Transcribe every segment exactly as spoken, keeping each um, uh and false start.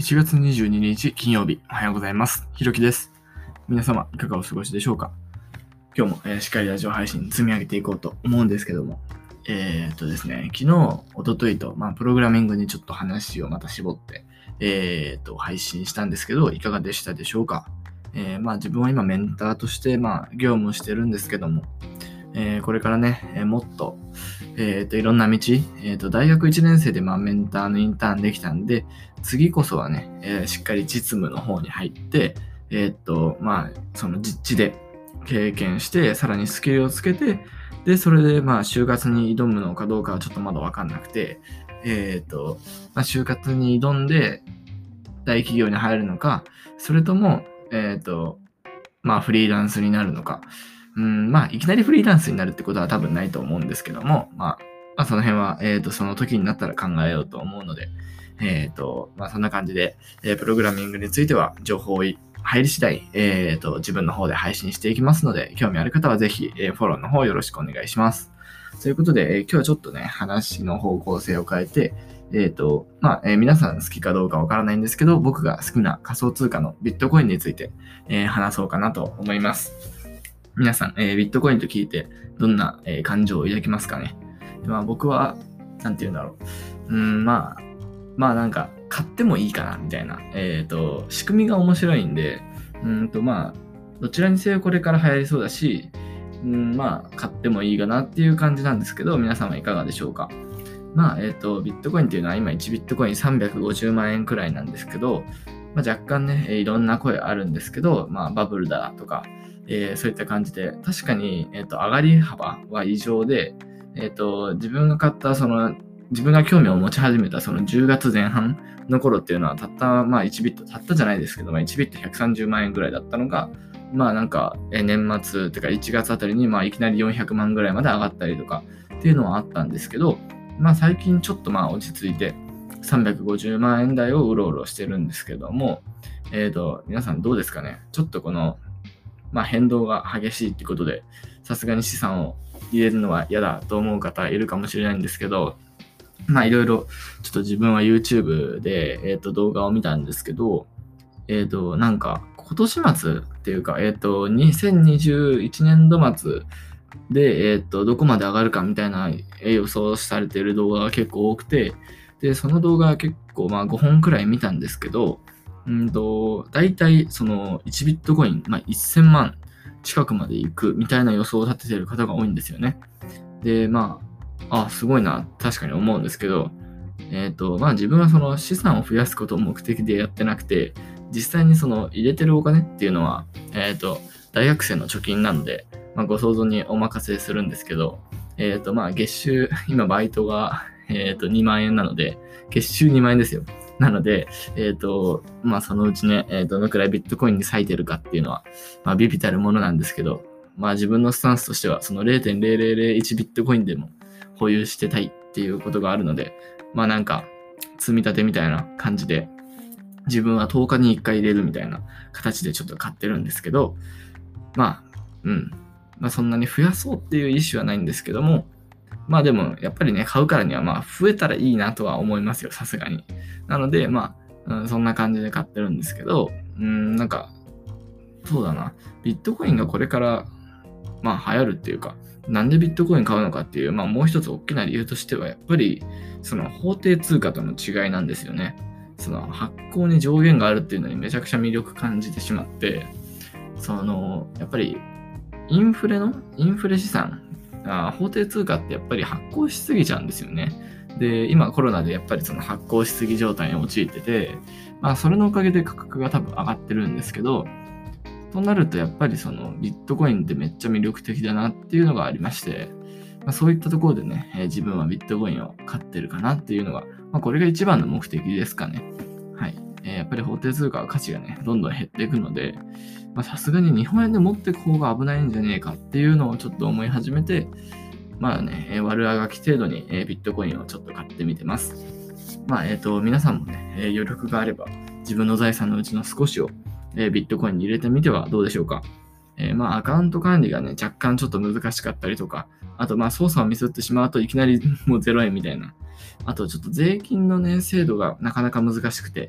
いちがつにじゅうににち金曜日、おはようございます。ひろきです。皆様いかがお過ごしでしょうか。今日も、えー、しっかりラジオ配信積み上げていこうと思うんですけども、えー、っとですね、昨日、一昨日と、まあ、プログラミングにちょっと話をまた絞って、えー、っと、配信したんですけど、いかがでしたでしょうか。えー、まあ、自分は今メンターとして、まあ、業務してるんですけども、えー、これからね、えー、もっと、えー、といろんな道、えー、と大学いちねん生で、まあ、メンターのインターンできたんで、次こそはね、えー、しっかり実務の方に入って、えー、とまあその実地で経験して、さらにスキルをつけて、でそれでまあ就活に挑むのかどうかはちょっとまだ分かんなくて、えーとまあ、就活に挑んで大企業に入るのか、それとも、えーとまあ、フリーランスになるのか。うん、まあ、いきなりフリーランスになるってことは多分ないと思うんですけども、まあ、まあ、その辺は、えっと、その時になったら考えようと思うので、えっと、まあ、そんな感じで、えー、プログラミングについては情報入り次第、えっと、自分の方で配信していきますので、興味ある方はぜひ、えー、フォローの方よろしくお願いします。ということで、えー、今日はちょっとね、話の方向性を変えて、えっと、まあ、えー、皆さん好きかどうかわからないんですけど、僕が好きな仮想通貨のビットコインについて、えー、話そうかなと思います。皆さん、えー、ビットコインと聞いてどんな、えー、感情を抱きますかね。まあ、僕は、なんて言うんだろう。うん、まあ、まあなんか、買ってもいいかな、みたいな。えっと、仕組みが面白いんで、うんと、まあ、どちらにせよこれから流行りそうだし、うん、まあ、買ってもいいかなっていう感じなんですけど、皆さんはいかがでしょうか。まあ、えっと、ビットコインっていうのは今いちビットコインさんびゃくごじゅうまんえんくらいなんですけど、まあ、若干ね、いろんな声あるんですけど、まあ、バブルだとか、えー、そういった感じで、確かに、えーと、上がり幅は異常で、えーと、自分が買ったその自分が興味を持ち始めたそのじゅうがつぜん半の頃っていうのはたった、まあ、いちビット、たったじゃないですけど、まあ、いちビットひゃくさんじゅうまんえんぐらいだったのが、まあなんか年末ってかいちがつあたりにまあいきなりよんひゃくまんぐらいまで上がったりとかっていうのはあったんですけど、まあ最近ちょっとまあ落ち着いてさんびゃくごじゅうまんえん台をうろうろしてるんですけども、えーと、皆さんどうですかね。ちょっとこのまあ、変動が激しいってことで、さすがに資産を入れるのは嫌だと思う方いるかもしれないんですけど、まあいろいろちょっと自分は YouTube で、えー、と動画を見たんですけど、えっ、ー、となんか今年末っていうか、えっ、ー、とにせんにじゅういちねん度末で、えっ、ー、とどこまで上がるかみたいな予想されている動画が結構多くて、でその動画は結構まあごほんくらい見たんですけど、うんと、大体そのいちビットコイン、まあ、せんまん近くまで行くみたいな予想を立てている方が多いんですよね。で、まあ、あ、すごいな、確かに思うんですけど、えっ、ー、と、まあ自分はその資産を増やすことを目的でやってなくて、実際にその入れてるお金っていうのは、えっ、ー、と、大学生の貯金なので、まあ、ご想像にお任せするんですけど、えっ、ー、と、まあ月収、今バイトが、えっ、と、にまんえんなので、月収にまんえんですよ。なので、えっ、ー、と、まあ、そのうちね、えー、どのくらいビットコインに割いてるかっていうのは、まあ、ビビたるものなんですけど、まあ、自分のスタンスとしては、その れいてんぜろぜろぜろいちビットコインでも保有してたいっていうことがあるので、まあ、なんか、積み立てみたいな感じで、自分はとおかにいっかい入れるみたいな形でちょっと買ってるんですけど、まあ、うん。まあ、そんなに増やそうっていう意思はないんですけども、まあでも、やっぱりね、買うからには、まあ、増えたらいいなとは思いますよ、さすがに。なので、まあ、うん、そんな感じで買ってるんですけど、うん、なんか、そうだな、ビットコインがこれから、まあ、流行るっていうか、なんでビットコイン買うのかっていう、まあ、もう一つ大きな理由としては、やっぱり、その法定通貨との違いなんですよね。その発行に上限があるっていうのにめちゃくちゃ魅力感じてしまって、その、やっぱり、インフレの、インフレ資産、あ法定通貨ってやっぱり発行しすぎちゃうんですよね。で、今コロナでやっぱりその発行しすぎ状態に陥ってて、まあそれのおかげで価格が多分上がってるんですけど、となるとやっぱりそのビットコインってめっちゃ魅力的だなっていうのがありまして、まあ、そういったところでね、えー、自分はビットコインを買ってるかなっていうのが、まあこれが一番の目的ですかね。はい。えー、やっぱり法定通貨は価値がね、どんどん減っていくので、さすがに日本円で持っていく方が危ないんじゃねえかっていうのをちょっと思い始めて、まあね、悪あがき程度にビットコインをちょっと買ってみてます。まあ、えっと、皆さんもね、余力があれば、自分の財産のうちの少しをビットコインに入れてみてはどうでしょうか。えー、まあ、アカウント管理がね、若干ちょっと難しかったりとか、あと、まあ、操作をミスってしまうといきなりもうゼロえんみたいな。あと、ちょっと税金のね、制度がなかなか難しくて、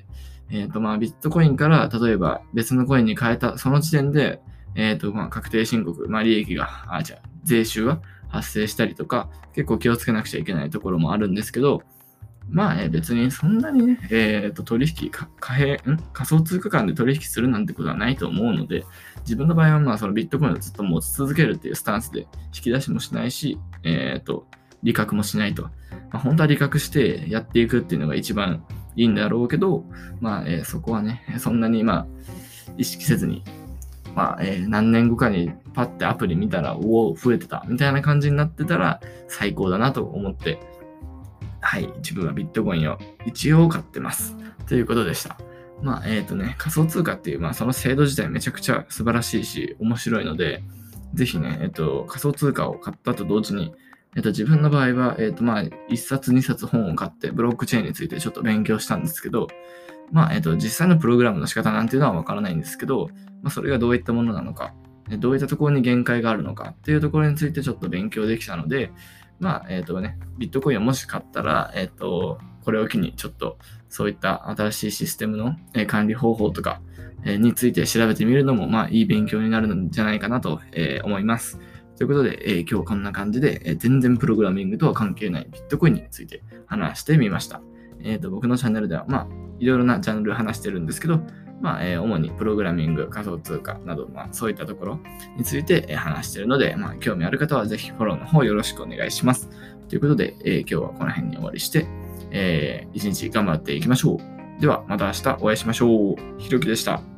えっ、と、まあ、ビットコインから例えば別のコインに変えた、その時点で、えっ、と、まあ、確定申告、まあ、利益が、あ、じゃあ、税収が発生したりとか、結構気をつけなくちゃいけないところもあるんですけど、まあ、えー別にそんなにね、えっ、と、取引、か貨幣、ん仮想通貨間で取引するなんてことはないと思うので、自分の場合は、まあ、そのビットコインをずっと持ち続けるっていうスタンスで引き出しもしないし、えっ、と、利確もしないと。まあ、本当は利確してやっていくっていうのが一番いいんだろうけど、まあ、えーそこはね、そんなに、まあ、意識せずに、まあ、えー何年後かにパッてアプリ見たら、おお、増えてた、みたいな感じになってたら最高だなと思って、はい、自分はビットコインを一応買ってます。ということでした。まあ、えっ、とね、仮想通貨っていう、まあ、その制度自体めちゃくちゃ素晴らしいし、面白いので、ぜひね、えっ、と、仮想通貨を買ったと同時に、えっ、と、自分の場合は、えっ、と、まあ、一冊、二冊本を買って、ブロックチェーンについてちょっと勉強したんですけど、まあ、えっ、と、実際のプログラムの仕方なんていうのはわからないんですけど、まあ、それがどういったものなのか、どういったところに限界があるのかっていうところについてちょっと勉強できたので、まあ、えっ、とね、ビットコインをもし買ったら、えっ、と、これを機にちょっとそういった新しいシステムの、えー管理方法とか、えーについて調べてみるのも、まあ、いい勉強になるんじゃないかなと、えー思います。ということで、えー今日こんな感じで、えー全然プログラミングとは関係ないビットコインについて話してみました。えっ、と、僕のチャンネルでは、まあ、いろいろなジャンル話してるんですけど、まあ、えー主にプログラミング、仮想通貨など、まあ、そういったところについて、えー話しているので、まあ、興味ある方はぜひフォローの方よろしくお願いします。ということで、えー今日はこの辺に終わりして、えー一日頑張っていきましょう。では、また明日お会いしましょう。ひろきでした。